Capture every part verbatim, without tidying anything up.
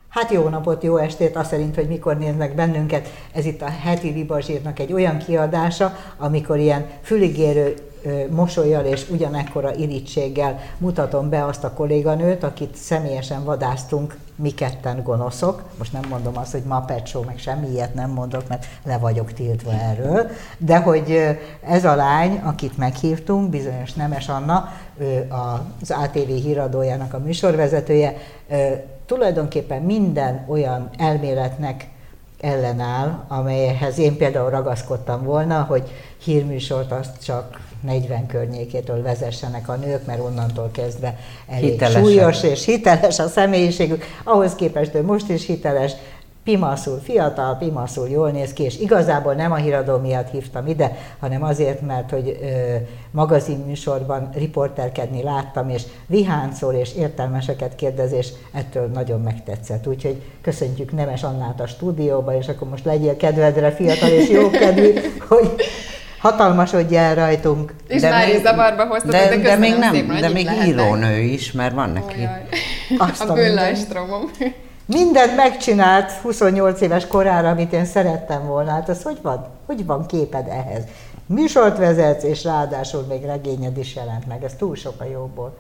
Hát jó napot, jó estét, azt szerint, hogy mikor néznek bennünket. Ez itt a heti Libazsírnak egy olyan kiadása, amikor ilyen füligérő mosollyal és ugyanekkora irítséggel mutatom be azt a kolléganőt, akit személyesen vadásztunk, mi ketten gonoszok. Most nem mondom azt, hogy Muppet Show, meg semmi ilyet nem mondok, mert le vagyok tiltva erről. De hogy ez a lány, akit meghívtunk, bizonyos Nemes Anna, az á té vé híradójának a műsorvezetője, tulajdonképpen minden olyan elméletnek ellenáll, amelyhez én például ragaszkodtam volna, hogy hírműsort azt csak negyven környékétől vezessenek a nők, mert onnantól kezdve elég hitelesen súlyos és hiteles a személyiségük. Ahhoz képest ő most is hiteles, pimaszul fiatal, pimaszul jól néz ki, és igazából nem a híradó miatt hívtam ide, hanem azért, mert hogy ö, magazinműsorban riporterkedni láttam, és viháncol és értelmeseket kérdez, és ettől nagyon megtetszett. Úgyhogy köszöntjük Nemes Annát a stúdióba, és akkor most legyél kedvedre fiatal és jókedvű, hogy hatalmasodj el rajtunk. És de már még, is zavarba hoztad, de, de, de még nem, szépen, de még írónő is, mert van neki. A bőllástromom. Mindent megcsinált huszonnyolc éves korára, amit én szerettem volna. Hát az hogy van? Hogy van képed ehhez? Műsort vezetsz, és ráadásul még regényed is jelent meg. Ez túl sok a jóból.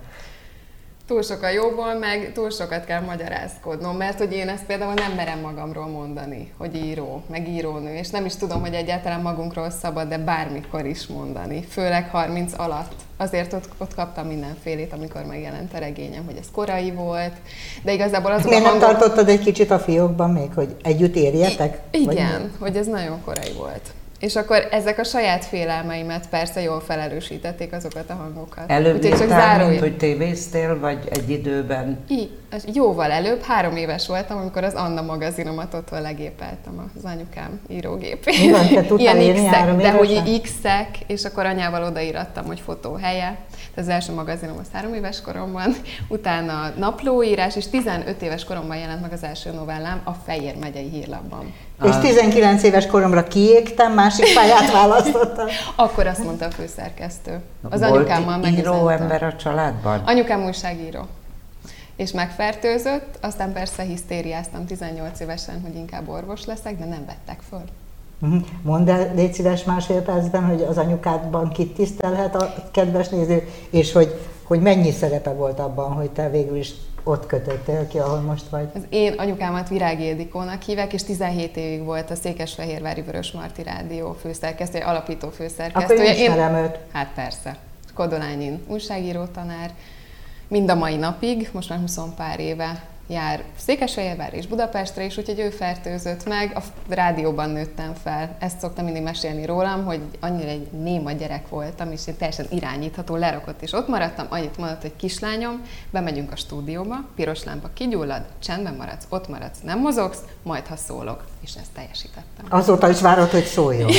Túl sok a jóból, meg túl sokat kell magyarázkodnom, mert hogy én ezt például nem merem magamról mondani, hogy író, meg írónő, és nem is tudom, hogy egyáltalán magunkról szabad, de bármikor is mondani, főleg harminc alatt. Azért ott, ott kaptam mindenfélét, amikor megjelent a regényem, hogy ez korai volt, de igazából azok Miért a hangok... nem tartottad egy kicsit a fiókban még, hogy együtt érjetek? I- igen, hogy ez nagyon korai volt. És akkor ezek a saját félelmeimet persze jól felerősítették azokat a hangokat. Előbb írtál, mint hogy tévéztél, vagy egy időben? I, jóval előbb, három éves voltam, amikor az Anna magazinomat otthon legépeltem az anyukám írógépén. Mi van, te tudtál írni három de évesen? hogy X-ek, és akkor anyával odaírattam, hogy fotóhelye. Az első magazinom az három éves koromban, utána naplóírás, és tizenöt éves koromban jelent meg az első novellám a Fejér megyei hírlapban. És tizenkilenc éves koromra kiégtem, másik pályát választottam. Akkor azt mondta a főszerkesztő. Az Volt anyukámmal megüzentem. író ember a családban? Anyukám újságíró. És megfertőzött, aztán persze hisztériáztam tizennyolc évesen, hogy inkább orvos leszek, de nem vettek föl. Mondd el, légy szíves másfél percben, hogy az anyukádban kit tisztelhet a kedves néző, és hogy, hogy mennyi szerepe volt abban, hogy te végül is ott kötöttél ki, ahol most vagy. Az én anyukámat Virág Ildikónak hívják, és tizenhét évig volt a Székesfehérvári Vörösmarty Rádió főszerkesztője, alapító főszerkesztője. Akkor én ismerem őt. Hát persze. Kodolányin újságíró tanár. Mind a mai napig, most már húsz pár éve jár Székesfehérvár és Budapestre is, úgyhogy ő fertőzött meg, a rádióban nőttem fel. Ezt szoktam mindig mesélni rólam, hogy annyira egy néma gyerek voltam, és én teljesen irányítható, lerakott, és ott maradtam, annyit mondott, hogy kislányom, bemegyünk a stúdióba, piros lámpa kigyullad, csendben maradsz, ott maradsz, nem mozogsz, majd ha szólok, és ezt teljesítettem. Azóta is várod, hogy szóljon.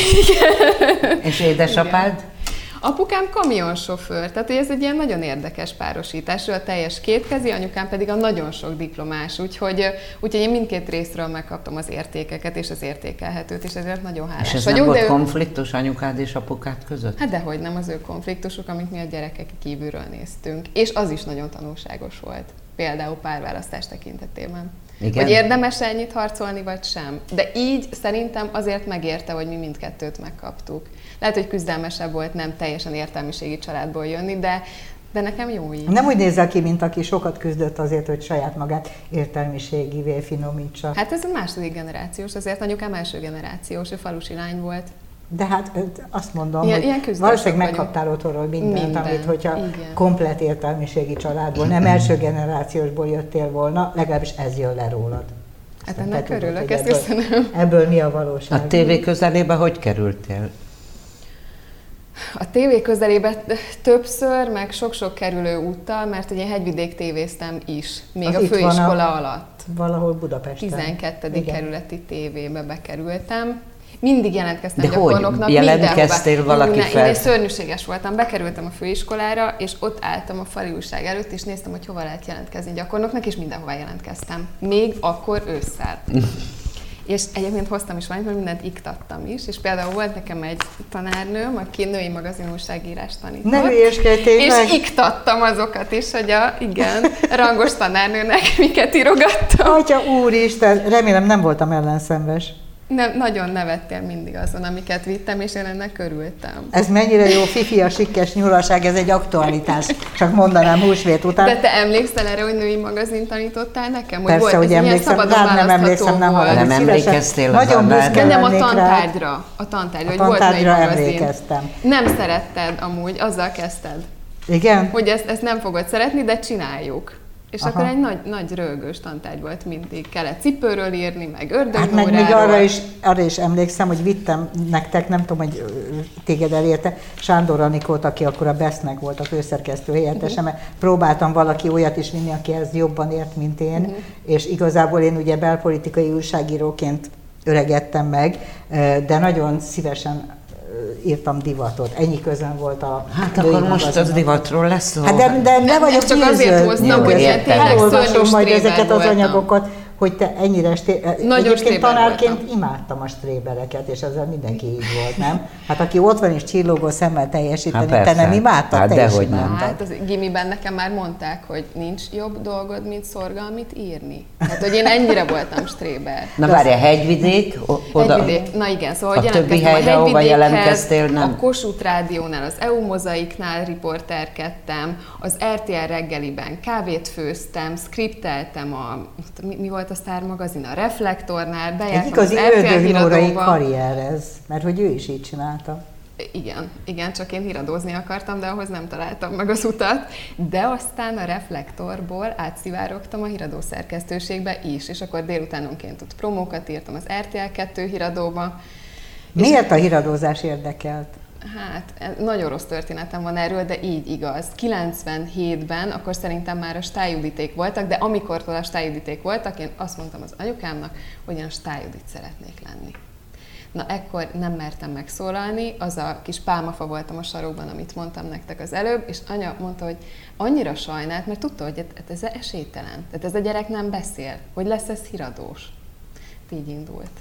És édesapád? Igen. Apukám kamionsofőr, tehát ez egy ilyen nagyon érdekes párosítás, ő a teljes kétkezi, anyukám pedig a nagyon sok diplomás, úgyhogy, úgyhogy én mindkét részről megkaptam az értékeket és az értékelhetőt, és ezért nagyon hálás vagyok. És ez vagyok, nem volt ő... konfliktus anyukád és apukád között? Hát dehogy nem, az ő konfliktusuk, amit mi a gyerekek kívülről néztünk, és az is nagyon tanulságos volt, például párválasztás tekintetében. Igen? Hogy érdemes ennyit harcolni, vagy sem. De így szerintem azért megérte, hogy mi mindkettőt megkaptuk. Lehet, hogy küzdelmesebb volt nem teljesen értelmiségi családból jönni, de, de nekem jó így. Nem úgy nézel ki, mint aki sokat küzdött azért, hogy saját magát értelmiségivé finomítsa. Hát ez a második generációs, azért anyukám első generációs, ő falusi lány volt. De hát azt mondom, ilyen, hogy ilyen valószínűleg megkaptál otthonról mindent, Minden. amit, hogyha Igen. komplet értelmiségi családból, nem első generációsból jöttél volna, legalábbis ez jön le rólad. Hát Aztán ennek tudod, örülök, hogy ezt ebből, köszönöm. Ebből mi a valóság? A tévé közelébe hogy kerültél? A tévé közelébe többször, meg sok-sok kerülő úttal, mert ugye Hegyvidék tévéztem is, még Az a főiskola a, alatt. Valahol Budapesten. tizenkettedik kerületi tévébe bekerültem. Mindig jelentkeztem De gyakornoknak hogy jelentkeztél valaki ne, fel? Én szörnyűséges voltam, bekerültem a főiskolára, és ott álltam a fali újság előtt, és néztem, hogy hova lehet jelentkezni gyakornoknak, és mindenhova jelentkeztem. Még akkor ősszel. És egyébként hoztam is valamit, mert mindent iktattam is, és például volt nekem egy tanárnőm, aki női magazin újságírást tanított. Ne hülyeskedj tényleg! És iktattam azokat is, hogy a, igen, rangos tanárnőnek miket írogattam. Atya úristen, remélem nem voltam ellenszenves. Nem, nagyon nevettél mindig azon, amiket vittem, és én ennek örültem. Ez mennyire jó fifi a sikkes nyúlaság, ez egy aktualitás. Csak mondanám húsvét után. De te emlékszel erre, hogy női magazin tanítottál nekem? Hogy Persze, volt, hogy emlékszem, rád nem emlékszem, nem hallom. Nem emlékeztél az Nagyon büszke de nem a lennék rá. tantárgyra. A tantárgyra, A hogy volt női magazin. emlékeztem. Nem szeretted amúgy, azzal kezdted. Igen? Hogy ezt, ezt nem fogod szeretni, de csináljuk. És Aha. akkor egy nagy, nagy rögős tantárgy volt mindig. Kellett cipőről írni, meg Hát meg ördögnóráról. még arra is, arra is emlékszem, hogy vittem nektek, nem tudom, hogy téged elérte, Sándor Anikót, aki akkor a Besznek volt a főszerkesztő helyettese, mert próbáltam valaki olyat is vinni, aki ezt jobban ért, mint én, uh-huh. és igazából én ugye belpolitikai újságíróként öregedtem meg, de nagyon szívesen írtam divatot. Ennyi közön volt a... Hát akkor most az divatról lesz szó. Hát de, de ne vagyok csak azért hoztam, hogy ilyen tényleg elolvasom majd ezeket voltam. az anyagokat, hogy te ennyire sté... Nagyon Egyébként tanárként voltam. Imádtam a strébereket, és ezzel mindenki így volt, nem? Hát aki ott van és csillogó szemmel teljesíteni, hát te nem imádtad, hát te is dehogy nem. imádtad. Hát az gimiben nekem már mondták, hogy nincs jobb dolgod, mint szorgalmit írni. Hát, hogy én ennyire voltam stréber. Na várj, a Hegyvidék? Oda... Hegyvidék, na igen, szóval A hogy többi jelentkeztem helyre, a ahova Hegyvidékhez, jelentkeztél, nem? a Kossuth Rádiónál, az é u Mozaiknál riporterkedtem, az er té el reggeliben kávét főztem, skripteltem a, mi, mi volt a Sztár magazin, a Reflektornál, Egy bejártam igazi az er té el ördögnórai híradóba. karrier ez, mert hogy ő is így csinálta. Igen, igen, csak én híradózni akartam, de ahhoz nem találtam meg az utat. De aztán a Reflektorból átszivárogtam a híradó szerkesztőségbe is, és akkor délutánonként ott promókat írtam az er té el kettő híradóba. Miért a híradózás érdekelt? Hát, nagyon rossz történetem van erről, de így igaz. kilencvenhétben, akkor szerintem már a Stály Juditék voltak, de amikortól a Stály Juditék voltak, én azt mondtam az anyukámnak, hogy én a Stály Judit szeretnék lenni. Na, ekkor nem mertem megszólalni, az a kis pálmafa voltam a sarokban, amit mondtam nektek az előbb, és anya mondta, hogy annyira sajnált, mert tudta, hogy ez esélytelen. Tehát ez a gyerek nem beszél, hogy lesz ez híradós. Így indult.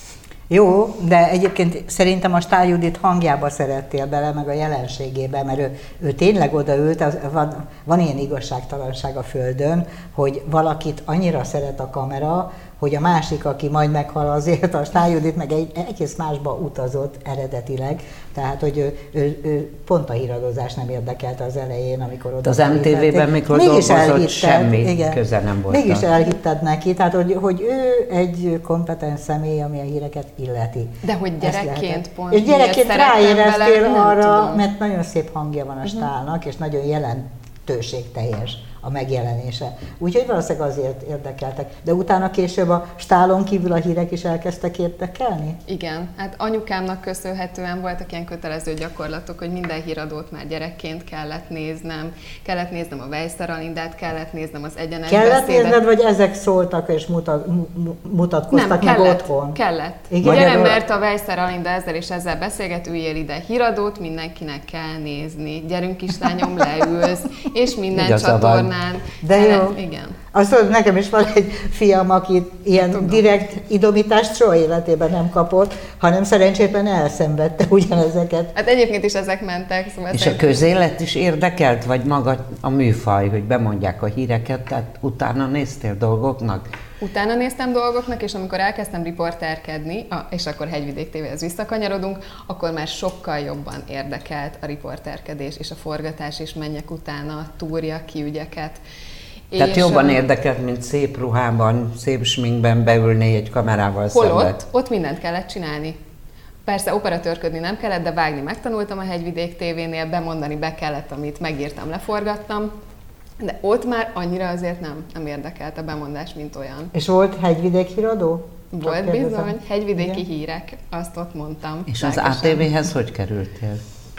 Jó, de egyébként szerintem a Stály Judit hangjába szerettél bele, meg a jelenségébe, mert ő, ő tényleg odaült, az, van, van ilyen igazságtalanság a Földön, hogy valakit annyira szeret a kamera, hogy a másik, aki majd meghal azért, a Stály Judit meg egy egész másba utazott eredetileg, tehát hogy ő, ő, ő pont a híradózás nem érdekelte az elején, amikor oda. Az em té vében, mikor dolgozott, semmi igen, köze nem volt. Mégis elhitted neki, tehát hogy, hogy ő egy kompetens személy, ami a híreket illeti. De hogy gyerekként pont és gyerekként ráéreztél arra, tudom. Mert nagyon szép hangja van a Stálnak, és nagyon jelentőségteljes a megjelenése. Úgyhogy valószínűleg azért érdekeltek. De utána később a Stálon kívül a hírek is elkezdtek érdekelni? Igen, hát anyukámnak köszönhetően voltak ilyen kötelező gyakorlatok, hogy minden híradót már gyerekként kellett néznem, kellett néznem a Weisser Alindát, kellett néznem az egyenes Kellett beszédet. nézned, vagy ezek szóltak és mutat, mutatkoztak Nem, meg kellett, otthon? kellett. Igen, Gyere, erről... mert a Weisser Alinda ezzel és ezzel beszélget, üljél ide híradót, mindenkinek kell nézni. Gyerünk kislányom, leülsz, és minden Igaza csatornán. De jó. Igen. Azt mondod, nekem is van egy fiam, aki ilyen Tudom. direkt idomítást soha életében nem kapott, hanem szerencsétlen elszenvedte ugyanezeket. Hát egyébként is ezek mentek. Szóval És a közélet is érdekelt, vagy maga a műfaj, hogy bemondják a híreket, tehát utána néztél dolgoknak? Utána néztem dolgoknak, és amikor elkezdtem riporterkedni, és akkor Hegyvidék té véhez visszakanyarodunk, akkor már sokkal jobban érdekelt a riporterkedés és a forgatás, és menjek utána, túrja ki ügyeket. Tehát és jobban a... érdekelt, mint szép ruhában, szép sminkben beülni egy kamerával szemben. Holott, ott mindent kellett csinálni. Persze operatőrködni nem kellett, de vágni megtanultam a Hegyvidék té vénél, bemondani be kellett, amit megírtam, leforgattam. De ott már annyira azért nem, nem érdekelt a bemondás, mint olyan. És volt Hegyvidék híradó? Volt bizony, hegyvidéki igen. hírek, azt ott mondtam. És az á té véhez hogy kerültél?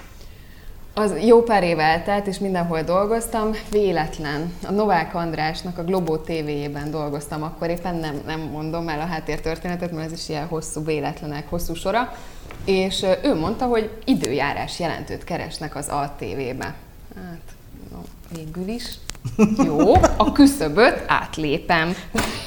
Az jó pár év eltelt, és mindenhol dolgoztam, véletlen. A Novák Andrásnak a Globó té véjében dolgoztam, akkor éppen nem, nem mondom el a háttértörténetet, mert ez is ilyen hosszú véletlenek, hosszú sora. És ő mondta, hogy időjárás jelentőt keresnek az á té vébe. Hát, no, végül is. Jó, a küszöböt átlépem.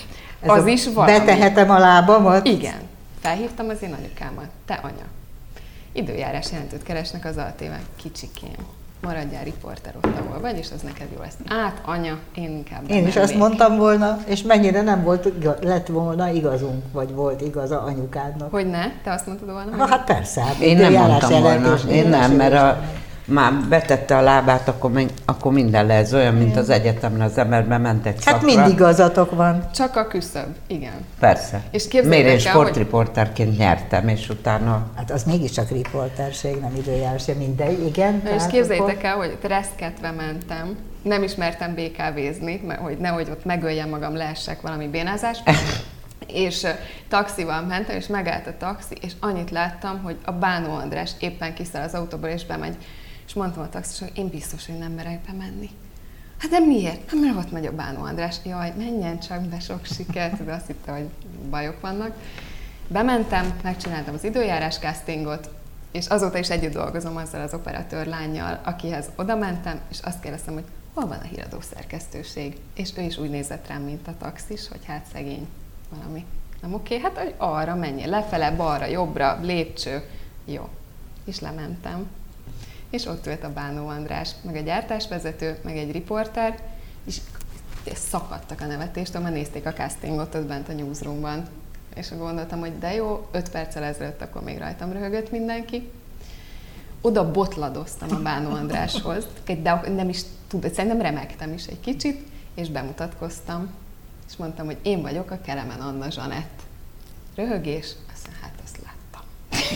Ez az is valami. Betehetem a lábamat? Igen. Felhívtam az én anyukámat. Te anya. Időjárás jelentőt keresnek az altéven. Kicsikém. Maradjál riporter ott, ahol vagy, és az neked jó lesz. Át, anya, én inkább Én is azt mondtam volna, és mennyire nem volt, lett volna igazunk, vagy volt igaza anyukádnak. Hogy ne? Te azt mondtad volna? Ha, hát persze. Hát én nem mondtam volna, én nem, mert a, már betette a lábát, akkor, akkor minden lesz olyan, mint az egyetemre, az ember bement egy hát szakra. Hát mindig igazatok van. Csak a küszöb, igen. Persze. És miért én sportriporterként hogy... nyertem, és utána... Hát az mégiscsak riporterség, nem időjárás, mindegy, igen. És képzeljétek akkor... el, hogy reszketve mentem, nem ismertem bé ká vézni, hogy nehogy ott megöljem magam, leessek valami bénázás. És uh, taxival mentem, és megállt a taxi, és annyit láttam, hogy a Bánó András éppen kiszáll az autóból, és bemegy. És mondtam a taxisnak, hogy én biztos, hogy nem merek bemenni. Hát de miért? Hát mert ott megy a Bánó András. Jaj, menjen csak be, sok sikert, de azt hitte, hogy bajok vannak. Bementem, megcsináltam az időjárás castingot, és azóta is együtt dolgozom azzal az operatőr lánnyal, akihez oda mentem, és azt kérdeztem, hogy hol van a híradó szerkesztőség. És ő is úgy nézett rám, mint a taxis, hogy hát szegény valami. Nem oké, hát hogy arra menjél, lefele, balra, jobbra, lépcső. Jó. És lementem. És ott ült a Bánó András, meg a gyártásvezető, meg egy riporter, és szakadtak a nevetéstől, mert nézték a castingot ott bent a newsroomban. És gondoltam, hogy de jó, öt perccel ezelőtt akkor még rajtam röhögött mindenki. Oda botladoztam a Bánó Andráshoz, de nem is tudod, szerintem remegtem is egy kicsit, és bemutatkoztam. És mondtam, hogy én vagyok a Kelemen Anna Zsanett. Röhögés, azt mondja, hát azt láttam.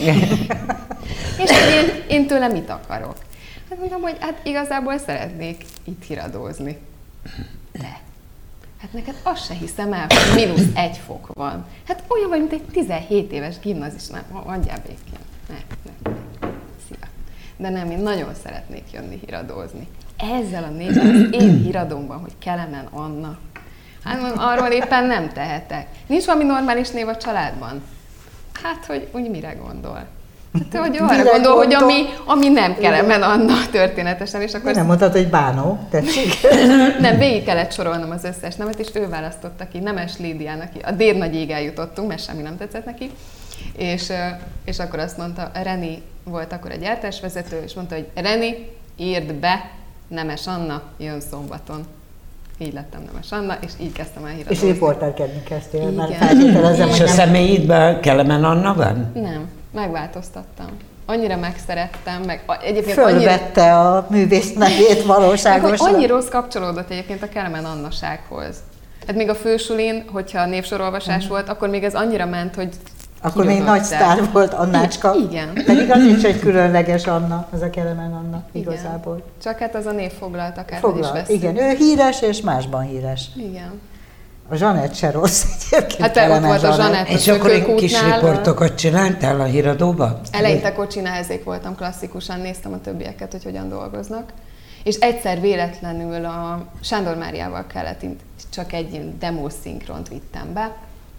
És én, én tőle mit akarok? Hát mondtam, hogy hát igazából szeretnék itt híradózni. De, hát neked azt se hiszem el, hogy mínusz egy fok van. Hát olyan vagy, mint egy tizenhét éves gimnazis, nem, adjál békén. Ne, ne. Szia. De nem, én nagyon szeretnék jönni híradózni. Ezzel a névvel az én híradómban, hogy Kelemen Anna. Hát arról éppen nem tehetek. Nincs valami normális név a családban? Hát, hogy úgy mire gondol? Hát, hogy arra gondol, gondol, hogy ami, ami nem Kelemen Anna történetesen, és akkor... Nem mondtad, hogy Bánó, tetszik? Nem, végig kellett sorolnom az összes nevet, és ő választotta ki, Nemes Lídiának, a Dér Nagyig eljutottunk, mert semmi nem tetszett neki, és, és akkor azt mondta, Reni volt akkor a gyártásvezető, és mondta, hogy Reni, írd be, Nemes Anna jön szombaton. Így lettem Nemes Anna, és így kezdtem el híradózni. És riporterkedni kezdtél, mert feltételezem, és a személyidben Kelemen Anna van? Nem, megváltoztattam. Annyira megszerettem, meg egyébként fölvette annyira... a művész nevét valóságosan. Annyi rossz kapcsolódott egyébként a Kelemen Annasághoz. Hát még a fősulin, hogyha névsorolvasás mm. volt, akkor még ez annyira ment, hogy akkor még nagy sztár volt Annácska. Igen. Pedig az is egy különleges Anna, az a Kelemen Anna igazából. Igen. Csak hát az a név foglalt akár Foglalt, is veszünk. igen. Ő híres és másban híres. Igen. A Zsanett se rossz egyébként. Hát te ott volt a Zsanett, és akkor egy kis riportokat csináltál a híradóba? Eleinte kocsinázék voltam, klasszikusan néztem a többieket, hogy hogyan dolgoznak. És egyszer véletlenül a Sándor Máriával kellett, csak egy demószinkront vittem be,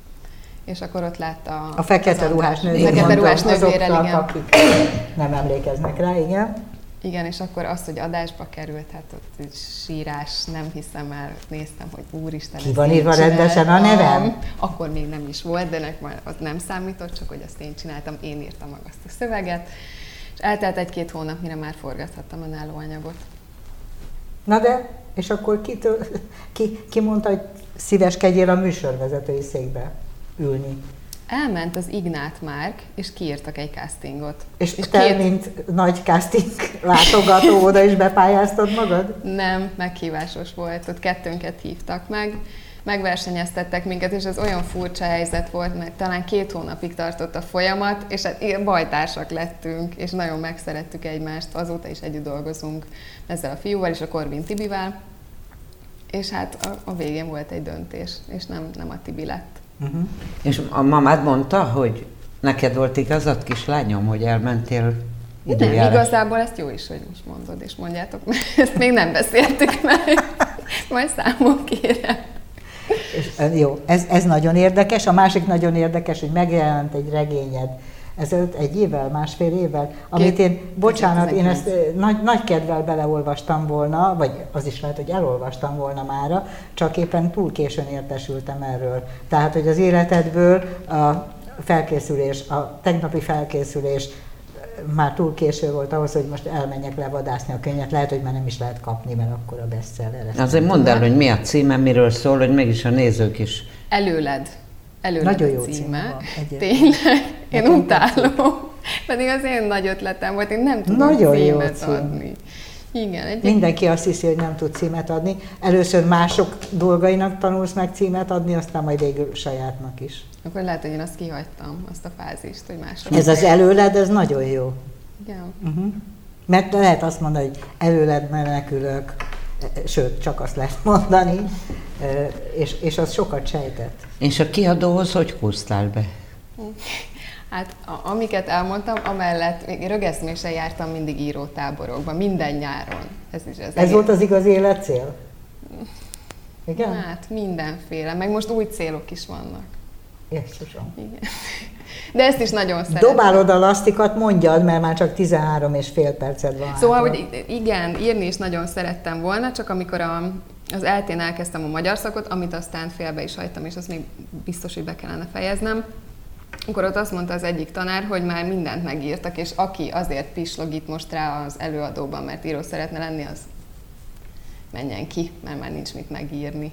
és akkor ott látta a fekete ruhás nővére. Fekete ruhás nővérrel, igen. Akik nem emlékeznek rá, igen. Igen, és akkor az, hogy adásba került, hát ott sírás, nem hiszem el, néztem, hogy úristen, ki van írva rendesen a nevem? Akkor még nem is volt, de nekem az nem számított, csak hogy azt én csináltam, én írtam meg azt a szöveget, és eltelt egy-két hónap, mire már forgathattam a nállóanyagot. Na de, és akkor ki, ki, ki mondta, hogy szíveskedjél a műsorvezetői székbe ülni? Elment az Ignát Márk, és kiírtak egy castingot. És, és te, két... mint nagy casting látogató, oda is bepályáztad magad? Nem, meghívásos volt, ott kettőnket hívtak meg, megversenyeztettek minket, és ez olyan furcsa helyzet volt, mert talán két hónapig tartott a folyamat, és hát bajtársak lettünk, és nagyon megszerettük egymást, azóta is együtt dolgozunk ezzel a fiúval, és a Korvin Tibivel, és hát a, a végén volt egy döntés, és nem, nem a Tibi lett. Uh-huh. És a mamád mondta, hogy neked volt igazad, kislányom, hogy elmentél időjárás? Nem, igazából ezt jó is, hogy most mondod, és mondjátok, mert ezt még nem beszéltük meg. Majd számon kérem. És, jó, ez, ez nagyon érdekes. A másik nagyon érdekes, hogy megjelent egy regényed ezelőtt egy évvel, másfél évvel, amit én, bocsánat, én ezt nagy, nagy kedvel beleolvastam volna, vagy az is lehet, hogy elolvastam volna mára, csak éppen túl későn értesültem erről. Tehát, hogy az életedből a felkészülés, a tegnapi felkészülés már túl késő volt ahhoz, hogy most elmenjek levadászni a könyvet. Lehet, hogy már nem is lehet kapni, mert akkor a bestseller. Azért mondd el, hogy mi a címe, miről szól, hogy mégis a nézők is. Előled. Előled nagyon a jó címe. címe van. Tényleg. Én utálom. Pedig az én nagy ötletem volt, én nem tudom nagyon címet cím. adni. Igen, egy Mindenki azt hiszi, hogy nem tud címet adni. Először mások dolgainak tanulsz meg címet adni, aztán majd végül sajátnak is. Akkor lehet, hogy én azt kihagytam, azt a fázist, hogy mások. Ez az előled, ez nagyon jó. Igen. Uh-huh. Mert lehet azt mondani, hogy előled menekülök, sőt, csak azt lehet mondani, és, és az sokat sejtett. És a kiadóhoz hogy húztál be? Hát a, amiket elmondtam, amellett még rögeszmésen jártam mindig írótáborokban, minden nyáron. Ez, is az Ez egész... volt az igazi életcél? Igen? Hát mindenféle, meg most új célok is vannak. Jézusom. Igen. De ezt is nagyon szeretem. Dobálod a lasztikat, mondjad, mert már csak tizenhárom és fél perced van. Szóval, hogy igen, írni is nagyon szerettem volna, csak amikor a, az eltén elkezdtem a magyar szakot, amit aztán félbe is hagytam, és azt még biztos, hogy be kellene fejeznem, akkor ott azt mondta az egyik tanár, hogy már mindent megírtak, és aki azért pislogít most rá az előadóban, mert író szeretne lenni, az menjen ki, mert már nincs mit megírni.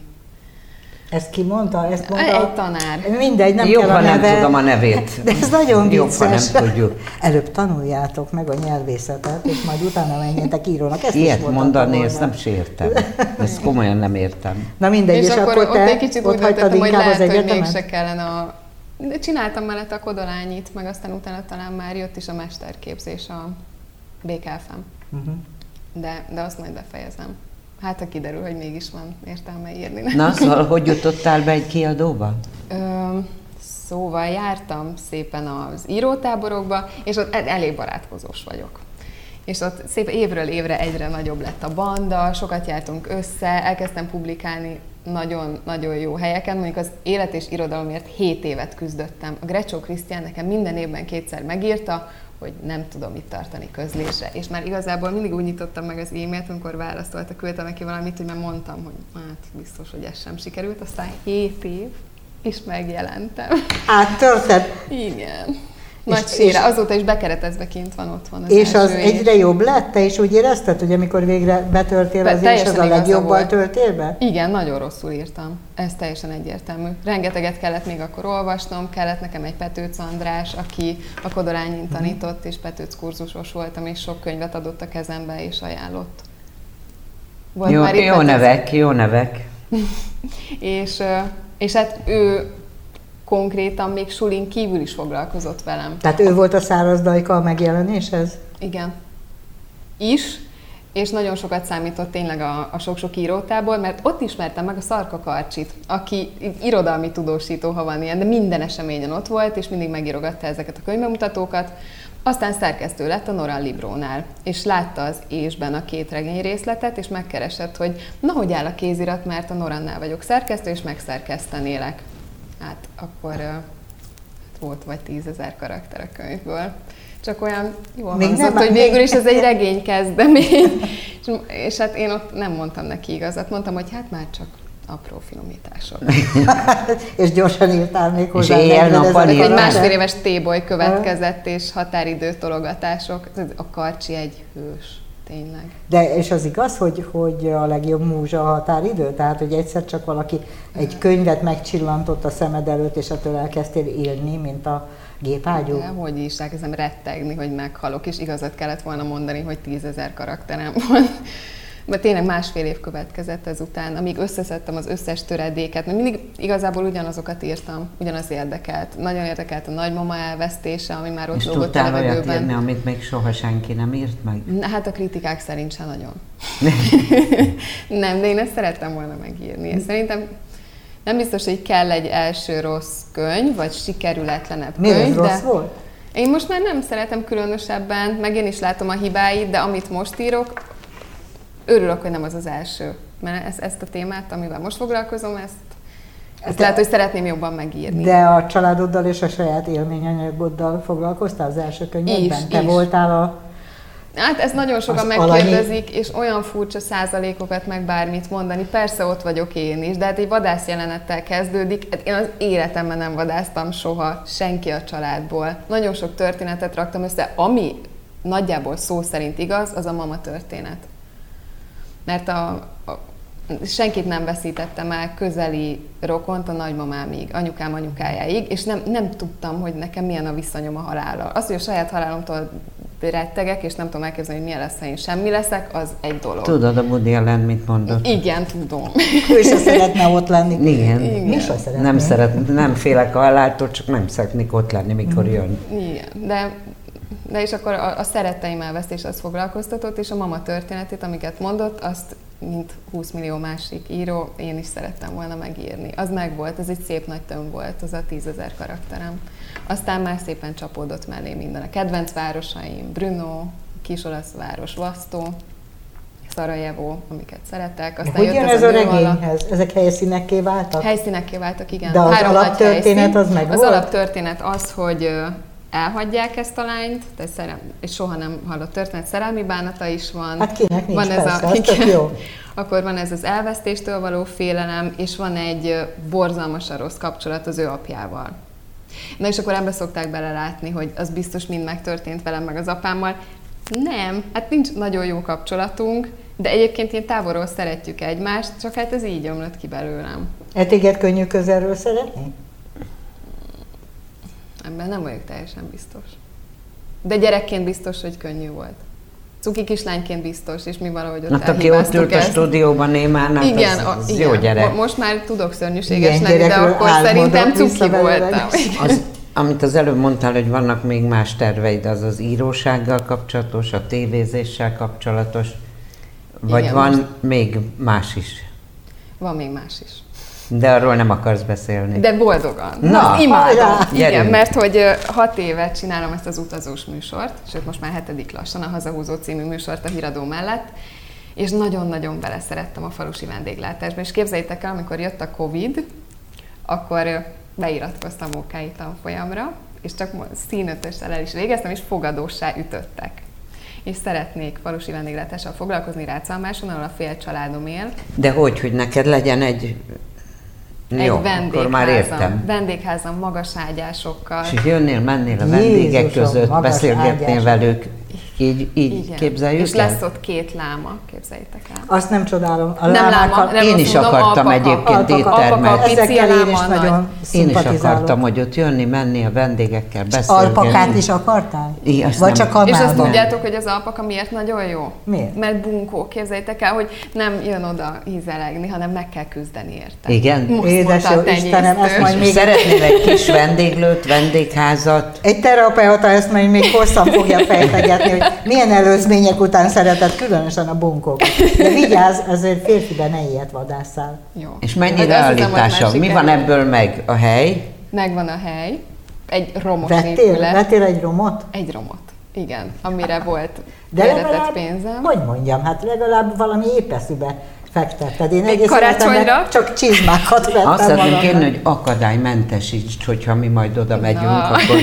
Ezt ki mondta? Ezt mondta? Egy tanár. Mindegy, nem Jobb, kell a ha neve. nem tudom a nevét. De ez nagyon Jobb, vicces. ha nem tudjuk. Előbb tanuljátok meg a nyelvészetet, és majd utána menjetek írónak. Ezt Ilyet mondani, ezt nem sértem. Ezt komolyan nem értem. Na mindegy, és, és akkor, akkor ott te egy kicsit ott úgy hagytad döntöttem, hogy inkább az lehet, hogy egyetemet? mégse kellene a... De csináltam mellett a Kodolányit, meg aztán utána talán már jött is a mesterképzés a bé ká ef em. Uh-huh. De, de azt majd befejezem. Hát, ha kiderül, hogy mégis van értelme írni. Na, szóval hogy jutottál be egy kiadóba? Ö, szóval jártam szépen az írótáborokba, és ott elég barátkozós vagyok. És ott szép évről évre egyre nagyobb lett a banda, sokat jártunk össze, elkezdtem publikálni nagyon-nagyon jó helyeken, mondjuk az élet és irodalomért hét évet küzdöttem. A Grecsó Krisztián nekem minden évben kétszer megírta, hogy nem tudom itt tartani közlésre. És már igazából mindig úgy nyitottam meg az e-mailt, amikor választolta, küldtem neki valamit, hogy már mondtam, hogy hát biztos, hogy ez sem sikerült. Aztán hét év, és megjelentem. Áttörted? Igen. Nagy sére. Azóta is bekeretezve kint van otthon az És az első egyre év. jobb lett? Te is úgy érezted, hogy amikor végre betörtél Be- az és az teljesen a igaza legjobban volt. töltél be? Igen, nagyon rosszul írtam. Ez teljesen egyértelmű. Rengeteget kellett még akkor olvasnom, kellett nekem egy Petőc András, aki a Kodolányin tanított, és Petőc kurzusos voltam, és sok könyvet adott a kezembe, és ajánlott. Volt Jó, már itt jó Petőc- nevek, jó nevek. és, ö, és hát ő konkrétan még sulin kívül is foglalkozott velem. Tehát ő volt a száraz dajka a megjelenéshez? Igen. Is, és nagyon sokat számított tényleg a, a sok-sok írótából, mert ott ismertem meg a Szarka Karcsit, aki irodalmi tudósító, ha van ilyen, de minden eseményen ott volt, és mindig megírogatta ezeket a könyvbemutatókat. Aztán szerkesztő lett a Nora Librónál, és látta az Ésben a két regény részletet, és megkeresett, hogy na, hogy áll a kézirat, mert a Norannál vagyok szerkesztő, és megszerkesztenélek. Hát akkor uh, volt vagy tízezer karakter a könyvből. Csak olyan jól Még hangzott, nem- hogy végül is ez egy regény kezdemény. és, és hát én ott nem mondtam neki igazat. Mondtam, hogy hát már csak apró finomítások. És gyorsan írtál még hozzá. éjjel-nappal negyvenezer Egy írtál? karakter? másfél éves téboly következett, és határidő tologatások. A Karcsi egy hős, tényleg. De és az igaz, hogy, hogy a legjobb múzsa a határidő? Tehát, hogy egyszer csak valaki egy könyvet megcsillantott a szemed előtt, és attól elkezdtél írni, mint a gépágyú? De hogy is elkezdem rettegni, hogy meghalok, és igazat kellett volna mondani, hogy tízezer karakterem van. Mert tényleg másfél év következett ezután, amíg összeszedtem az összes töredéket, mert mindig igazából ugyanazokat írtam, ugyanaz érdekelt. Nagyon érdekelt a nagymama elvesztése, ami már ott És lógott a tudtál olyat levegőben. írni, amit még soha senki nem írt meg? Na, hát a kritikák szerint sem nagyon. Nem, de én ezt szerettem volna megírni. Én szerintem nem biztos, hogy kell egy első rossz könyv, vagy sikerületlenebb Miért ez könyv, rossz de volt? én most már nem szeretem különösebben, meg én is látom a hibáit, de amit most írok, örülök, hogy nem az az első. Mert ezt, ezt a témát, amivel most foglalkozom, ezt Ezt lehet, hogy szeretném jobban megírni. De a családoddal és a saját élményanyagoddal foglalkoztál az első könyvedben? Is, Te is. voltál a... Hát ezt nagyon sokan megkérdezik, és olyan furcsa százalékokat meg bármit mondani. Persze ott vagyok én is, de hát egy vadász jelenettel kezdődik. Hát én az életemben nem vadásztam soha, senki a családból. Nagyon sok történetet raktam össze, ami nagyjából szó szerint igaz, az a mama történet. Mert a, a, senkit nem veszítettem el, közeli rokont a nagymamámig, anyukám anyukájáig, és nem, nem tudtam, hogy nekem milyen a viszonyom a halállal. Az, hogy a saját halálomtól rettegek, és nem tudom elképzelni, hogy milyen lesz, ha én semmi leszek, az egy dolog. Tudod, a Woody Allen mit mondott? Igen, tudom. Ő se szeretne ott lenni. Igen. Igen. Mi se szeretnénk. Nem, szeret, nem félek a haláltól, csak nem szeretnék ott lenni, mikor jön. Igen, de, de és akkor a, a szeretteim elvesztés az foglalkoztatott, és a mama történetét, amiket mondott, azt mint húsz millió másik író, én is szerettem volna megírni. Az megvolt, ez egy szép nagy tömb volt, az a tízezer karakterem. Aztán már szépen csapódott mellé minden. A kedvenc városaim, Brno, kis olasz város, Vasto, Szarajevó, amiket szeretek. Aztán Hogy jött jön ez ez a a nőalak. regényhez? Ezek helyszínekké váltak? Helyszínekké váltak, igen. De az Három nagy alaptörténet helyszín. az meg Az volt? alaptörténet az, hogy ö, elhagyják ezt a lányt, de szerelm, és soha nem hallott történet, szerelmi bánata is van. Hát kinek nincs, van ez persze, a, az tök jó. Akkor van ez az elvesztéstől való félelem, és van egy ö, borzalmasan rossz kapcsolat az ő apjával. Na és akkor ebbe szokták belelátni, hogy az biztos mind megtörtént velem meg az apámmal. Nem, hát nincs nagyon jó kapcsolatunk, de egyébként ilyen távolról szeretjük egymást, csak hát ez így ömlött ki belőlem. E téged könnyű közelről szeretni? Ebben nem vagyok teljesen biztos. De gyerekként biztos, hogy könnyű volt. Cuki kislányként biztos, és mi valahogy ott Hát aki ott elhibáztuk ült a ezt. stúdióban némán, hát Igen, az, a, az igen. jó gyerek. Mo- Most már tudok szörnyűséges Igen, lenni, de gyerekről akkor álmodok szerintem cuki visszavelőleg. voltam. Az, amit az előbb mondtál, hogy vannak még más terveid, az az írósággal kapcsolatos, a tévézéssel kapcsolatos, vagy Igen, van most- még más is? Van még más is. De arról nem akarsz beszélni. De boldogan. Na, Azt imádom. hajrá! Igen, Gyerünk. mert hogy ö, hat éve csinálom ezt az utazós műsort, sőt most már hetedik lassan, a Hazahúzó című műsort a Híradó mellett, és nagyon-nagyon beleszerettem a falusi vendéglátásba. És képzeljétek el, amikor jött a Covid, akkor ö, beiratkoztam ókái tanfolyamra, és csak színötössel el is végeztem, és fogadóssá ütöttek. És szeretnék falusi vendéglátással foglalkozni Rácalmáson, ahol a fél családom él. De hogy, hogy neked legyen egy... Egy Jó, vendégházam, akkor már értem. vendégházam magas ágyásokkal. És jönnél, mennél a vendégek Jézusom, között, magas beszélgetnél ágyások. velük. Így, így Igen. képzeljük És el? lesz ott két láma, képzeljétek el. Azt nem csodálom. A Nem lámákkal- láma, nem Én azt is mondom, akartam alpaka. egyébként Alpaka, éttermet. alpaka, pici Ezekkel én is láma, nagyon Én is szimpatizálok. akartam, hogy ott jönni, menni a vendégekkel, beszélgetni. Alpakát is akartál? Igen, azt Vagy nem- csak a És azt málnát? tudjátok, hogy az alpaka miért nagyon jó? Miért? Mert bunkó, képzeljétek el, hogy nem jön oda hízelegni, hanem meg kell küzdeni érte. Igen? Most Édes mondta a jó Istenem, ezt tenyésztő. majd még- Szeretnél egy kis vendéglőt, vendégházat. Egy terapeuta ezt majd még hosszan fogja fejtegetni, hogy milyen előzmények után szeretett, különösen a bunkók. De vigyázz, azért férfiben ne ilyet vadásszál. Jó. És Majd mennyire azt hiszem, hogy állítása? már Mi van sikerül. ebből meg? A hely? Megvan a hely, egy romos Vettél, épület. vettél egy romot? Egy romot, igen, amire volt De félretett legalább, pénzem. hogy mondjam, hát legalább valami épeszűbe fektetted. Én Még egész karácsonyra? életemben csak csizmákat vettem Azt szeretném magamnak. kérni, hogy akadálymentesíts, hogyha mi majd oda megyünk, Na. akkor...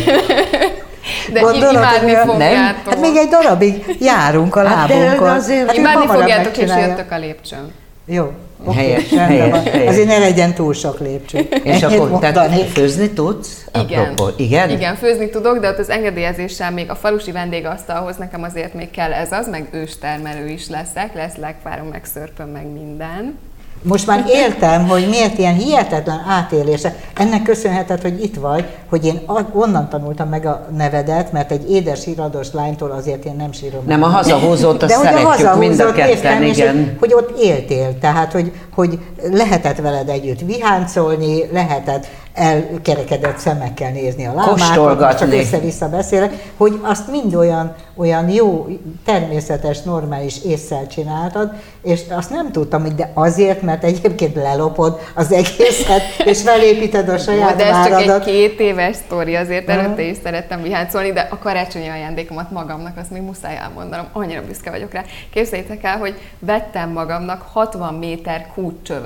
De Gondolod, imádni hogy fogjátok. Hát még egy darabig járunk a Hát de lábunkon. azért- Hát ő Imádni hamarabb fogjátok, és megcsinálja. jöttök a lépcsőn. Jó. oké, Helyes, rendben helyes, van. helyes. Azért ne legyen túl sok lépcső. És Ennyit akkor te mondanék. főzni tudsz? Igen. Apropó, igen? Igen, főzni tudok, de ott az engedélyezéssel még a falusi vendégasztalhoz nekem azért még kell ez az, meg őstermelő is leszek, lesz lekvárom, meg szörpöm, meg minden. Most már értem, hogy miért ilyen hihetetlen átélése. Ennek köszönheted, hogy itt vagy, hogy én a- onnan tanultam meg a nevedet, mert egy édes hírados lánytól azért én nem sírom. Nem, a hazahúzót azt De hogy a szeretjük mind a hazahúzott ketten, értem, és igen. hogy, hogy ott éltél, tehát hogy, hogy lehetett veled együtt viháncolni, lehetett elkerekedett szemekkel nézni a lámákat, Kóstolgatni. csak össze-vissza beszélek, hogy azt mind olyan, olyan jó, természetes, normális ésszel csináltad, és azt nem tudtam, hogy de azért, mert egyébként lelopod az egészet, és felépíted a saját De ez csak egy váradat. két éves sztori, azért Aha. előtte is szerettem viháncolni, de a karácsonyi ajándékomat magamnak, azt még muszáj elmondanom, annyira büszke vagyok rá. Képzeljétek el, hogy vettem magamnak hatvan méter kútcsövet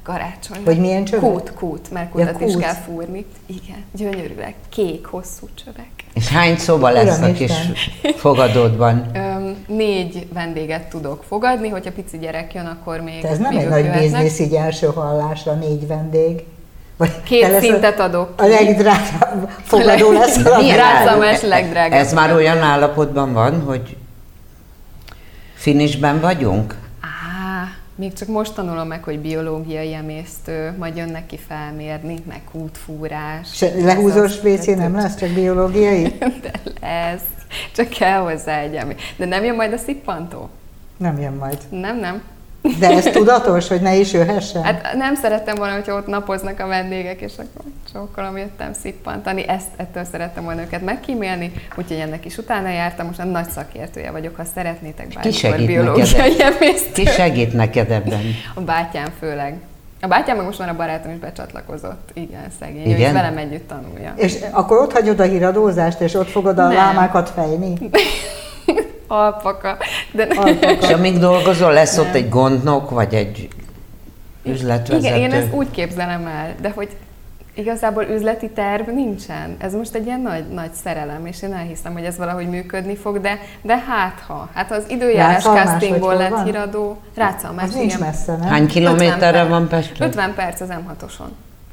Karácsony. Hogy milyen csövek? Kút, kút, mert kútat Ja, is kút. kell fúrni. Igen, gyönyörűek, kék, hosszú csövek. És hány szoba lesz a kis fogadódban? Öm, négy vendéget tudok fogadni, hogyha pici gyerek jön, akkor még Te ez nem még egy ők nagy jöhetnek. biznisz, így első hallásra négy vendég. Vagy Két te leszel szintet adok A legdrágább fogadó lesz. a Milyen Rácamás áll- legdrágább. Ez már olyan állapotban van, hogy finishben vagyunk? Á, még csak most tanulom meg, hogy biológiai emésztő, majd jönnek ki felmérni, meg kútfúrás. Se, lehúzós Ez vé cé az- nem lesz, csak biológiai? De lesz, csak kell hozzá egy emé. De nem jön majd a szippantó? Nem jön majd. Nem, nem. De ez tudatos, hogy ne is jöhessen? Hát nem szerettem volna, hogyha ott napoznak a vendégek, és akkor csókolom, jöttem szippantani. Ezt, ettől szerettem volna őket megkímélni, úgyhogy ennek is utána jártam. Most nem nagy szakértője vagyok, ha szeretnétek Ki bármikor segít biológiai neked? emésztő. Ki segít neked ebben? A bátyám főleg. A bátyám, meg most már a barátom is becsatlakozott. Igen, szegény. Igen? Ő is velem együtt tanulja. És akkor ott hagyod a híradózást, és ott fogod a Nem. lámákat fejni? Alpaka. De És amíg dolgozol, lesz ott Nem. egy gondnok, vagy egy üzletvezető? Igen, én ezt úgy képzelem el, de hogy igazából üzleti terv nincsen. Ez most egy ilyen nagy, nagy szerelem, és én elhiszem, hogy ez valahogy működni fog, de, de hát ha. Hát az időjárás Rácalmás, castingból vagy hol lett van? híradó. Rácalmás, Az nincs igen. messze, nem? Hány kilométerre ötven van Pestről? ötven perc az em hatoson.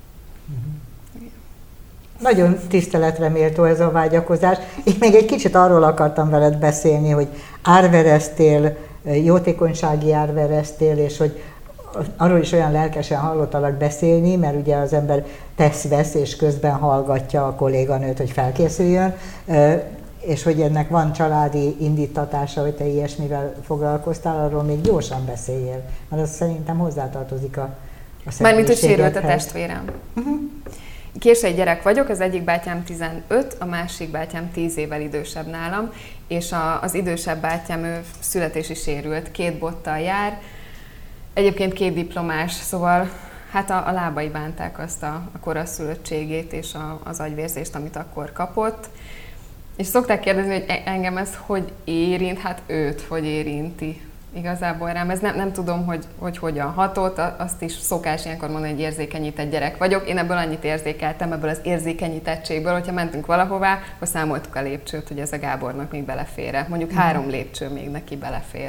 Nagyon tiszteletre méltó ez a vágyakozás. Én még egy kicsit arról akartam veled beszélni, hogy árvereztél, jótékonysági árvereztél, és hogy arról is olyan lelkesen hallottalak beszélni, mert ugye az ember tesz-vesz, és közben hallgatja a kolléganőt, hogy felkészüljön, és hogy ennek van családi indítatása, hogy te ilyesmivel foglalkoztál, arról még gyorsan beszéljél, mert az szerintem hozzátartozik a, a Mármint, hogy sérült a személyiségedhez. testvérem. Uh-huh. Késői gyerek vagyok, az egyik bátyám tizenöt, a másik bátyám tíz évvel idősebb nálam, és a, az idősebb bátyám, ő születési sérült, két bottal jár, egyébként két diplomás, szóval hát a, a lábai bánták azt a, a koraszülöttségét és a, az agyvérzést, amit akkor kapott. És szokták kérdezni, hogy engem ez hogy érint, hát őt hogy érinti. Igazából rám ez nem, nem tudom, hogy, hogy hogyan hatott, azt is szokás ilyenkor mondani, hogy érzékenyített gyerek vagyok. Én ebből annyit érzékeltem, ebből az érzékenyítettségből, hogyha mentünk valahová, akkor számoltuk a lépcsőt, hogy ez a Gábornak még belefér. Mondjuk mm. három lépcső még neki belefér.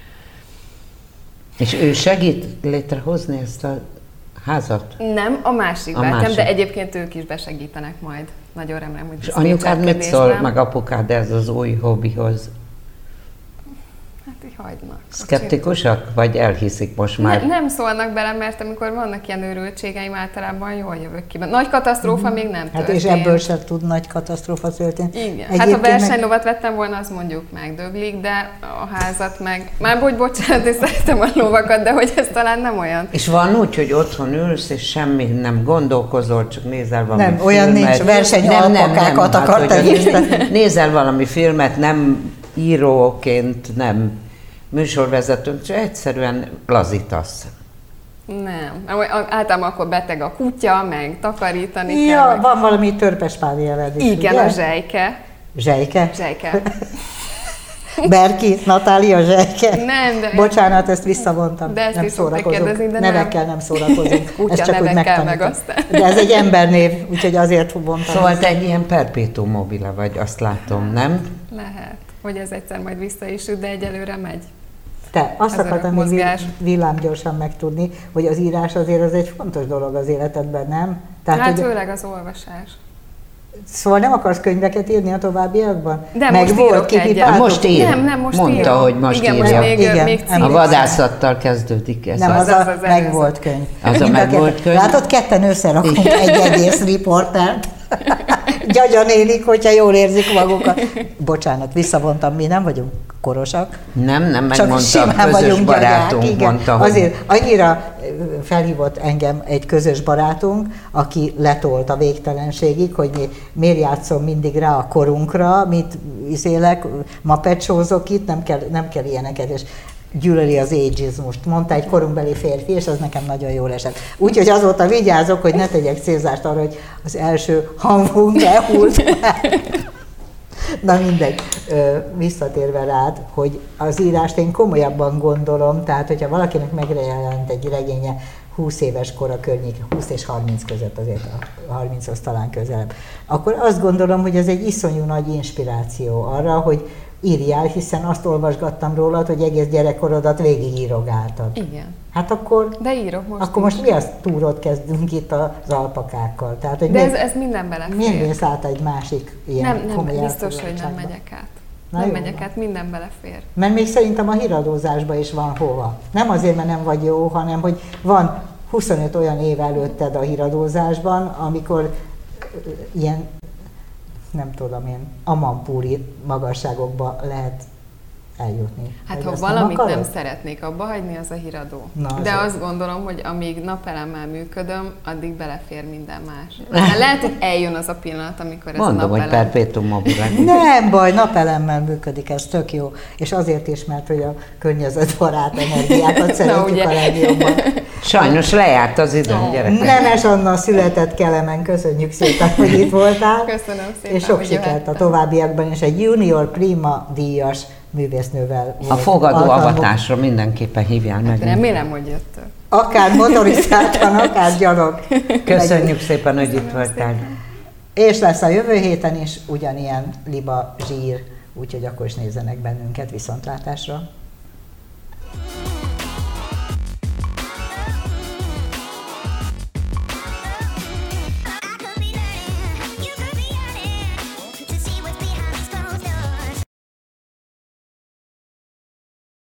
És ő segít létrehozni ezt a házat? Nem, a másik A bátyám, másik. de egyébként ők is besegítenek majd. Nagyon remélem, hogy És anyukád mit szól, szétselkedésben. meg apukád ez az új hobbihoz? Hát így hagynak. Szkeptikusak, vagy elhiszik most már? Ne, nem szólnak bele, mert amikor vannak ilyen őrültségeim, általában jól jövök ki. Nagy katasztrófa mm. még nem Hát történt. és ebből sem tud nagy katasztrófa történni. Igen. Egyébként Hát ha meg- versenylovat vettem volna, az mondjuk megdöglik, de a házat meg... Már hogy bocsánat, én szeretem a lovakat, de hogy ez talán nem olyan. És van úgy, hogy otthon ülsz, és semmi nem gondolkozol, csak nézel valami Nem, filmet. olyan nincs, versenyalpakákat akartam hogy nézni. nézel valami filmet, nem íróként, nem műsorvezetőnk, csak egyszerűen lazítasz. Nem. Általában akkor beteg a kutya, meg takarítani Ja, kell. Meg... van valami törpes párjeled is, Igen, ugye? a zsejke. Zsejke? Zsejke. Berki, Natália Zsejke? Nem, de... Bocsánat, ezt visszavontam. De ezt nem is szokták szórakozunk. kérdezni, de nem. Nevekkel nem szórakozunk. Kutya Ezt csak úgy nevekkel meg megtanítom. aztán. De ez egy embernév, úgyhogy azért vontam. Szóval te egy ilyen perpétum mobile vagy, azt látom, nem? Lehet, hogy ez egyszer majd vissza is üt, de egyelőre megy. Te, azt Ez akartam örök még mozgás. villámgyorsan megtudni, hogy az írás azért az egy fontos dolog az életedben, nem? Tehát, Hát hogy, főleg az olvasás. szóval nem akarsz könyveket írni a továbbiakban? De Meg most volt, írok kipipáltuk? egyet. Most ír. Nem, nem, most Mondta, írom. hogy most Igen, írja. most még, Igen, még emlékszem. A című- vadászattal kezdődik ez. Nem, Az az, az a az előző. megvolt könyv. Az a Mind megvolt ketten- könyv? Látod, ketten összerakunk egy egész riportert. Gyagyanélik, hogyha jól érzik magukat. Bocsánat, visszavontam, mi nem vagyunk korosak. Nem, nem, Csak megmondta, simán közös vagyunk barátunk gyagák, igen. mondta, hogy Azért annyira felhívott engem egy közös barátunk, aki letolt a végtelenségig, hogy mi, miért játszom mindig rá a korunkra, mit izélek, mapecsózok itt, nem kell, nem kell ilyeneket, és gyűlöli az ageizmust, mondta egy korunkbeli férfi, és az nekem nagyon jól esett. Úgyhogy azóta vigyázok, hogy ne tegyek célzást arra, hogy az első hangunk elhult meg. Na mindegy, visszatérve rád, hogy az írást én komolyabban gondolom, tehát hogyha valakinek megjelent egy regénye húsz éves kora környék, húsz és harminc között, azért a harminchoz talán közelebb, akkor azt gondolom, hogy ez egy iszonyú nagy inspiráció arra, hogy írjál, hiszen azt olvasgattam rólad, hogy egész gyerekkorodat végigírogáltad. Igen. Hát akkor, De írok most akkor is. most mi az túrót kezdünk itt az alpakákkal? Tehát, hogy De miért, ez, ez minden belefér. miért mész át egy másik ilyen Nem, komoly nem, biztos, hogy nem elfoglaltságba? megyek át. Na nem jó megyek van. át, minden belefér. Mert még szerintem a híradózásban is van hova. Nem azért, mert nem vagy jó, hanem hogy van huszonöt olyan év előtted a híradózásban, amikor ilyen, nem tudom én, amanpúri magasságokba lehet eljutni. Hát Vagy ha azt valamit nem, akarod? szeretnék abba hagyni, az a híradó. Na, De azért. azt gondolom, hogy amíg napelemmel működöm, addig belefér minden más. Aztán lehet, hogy eljön az a pillanat, amikor ez Mondom, a hogy napelem... perpétum mobile. Nem baj, napelemmel működik, ez tök jó. És azért is, mert hogy a környezetbarát energiákat szeretjük ugye. a legjobban. Sajnos lejárt az idő, gyerekek. Nemes Anna született Kelemen, köszönjük szépen, hogy itt voltál. Köszönöm szépen, És sok hogy sikert a jöhettem. továbbiakban, és egy Junior Prima díjas művésznővel A volt fogadó alkalmuk. avatásra mindenképpen hívjál meg. Remélem, hogy jöttök. Akár motorizáltan, akár gyalog. Köszönjük szépen, hogy itt voltál. És lesz a jövő héten is ugyanilyen liba zsír, úgyhogy akkor is nézzenek bennünket viszontlátásra.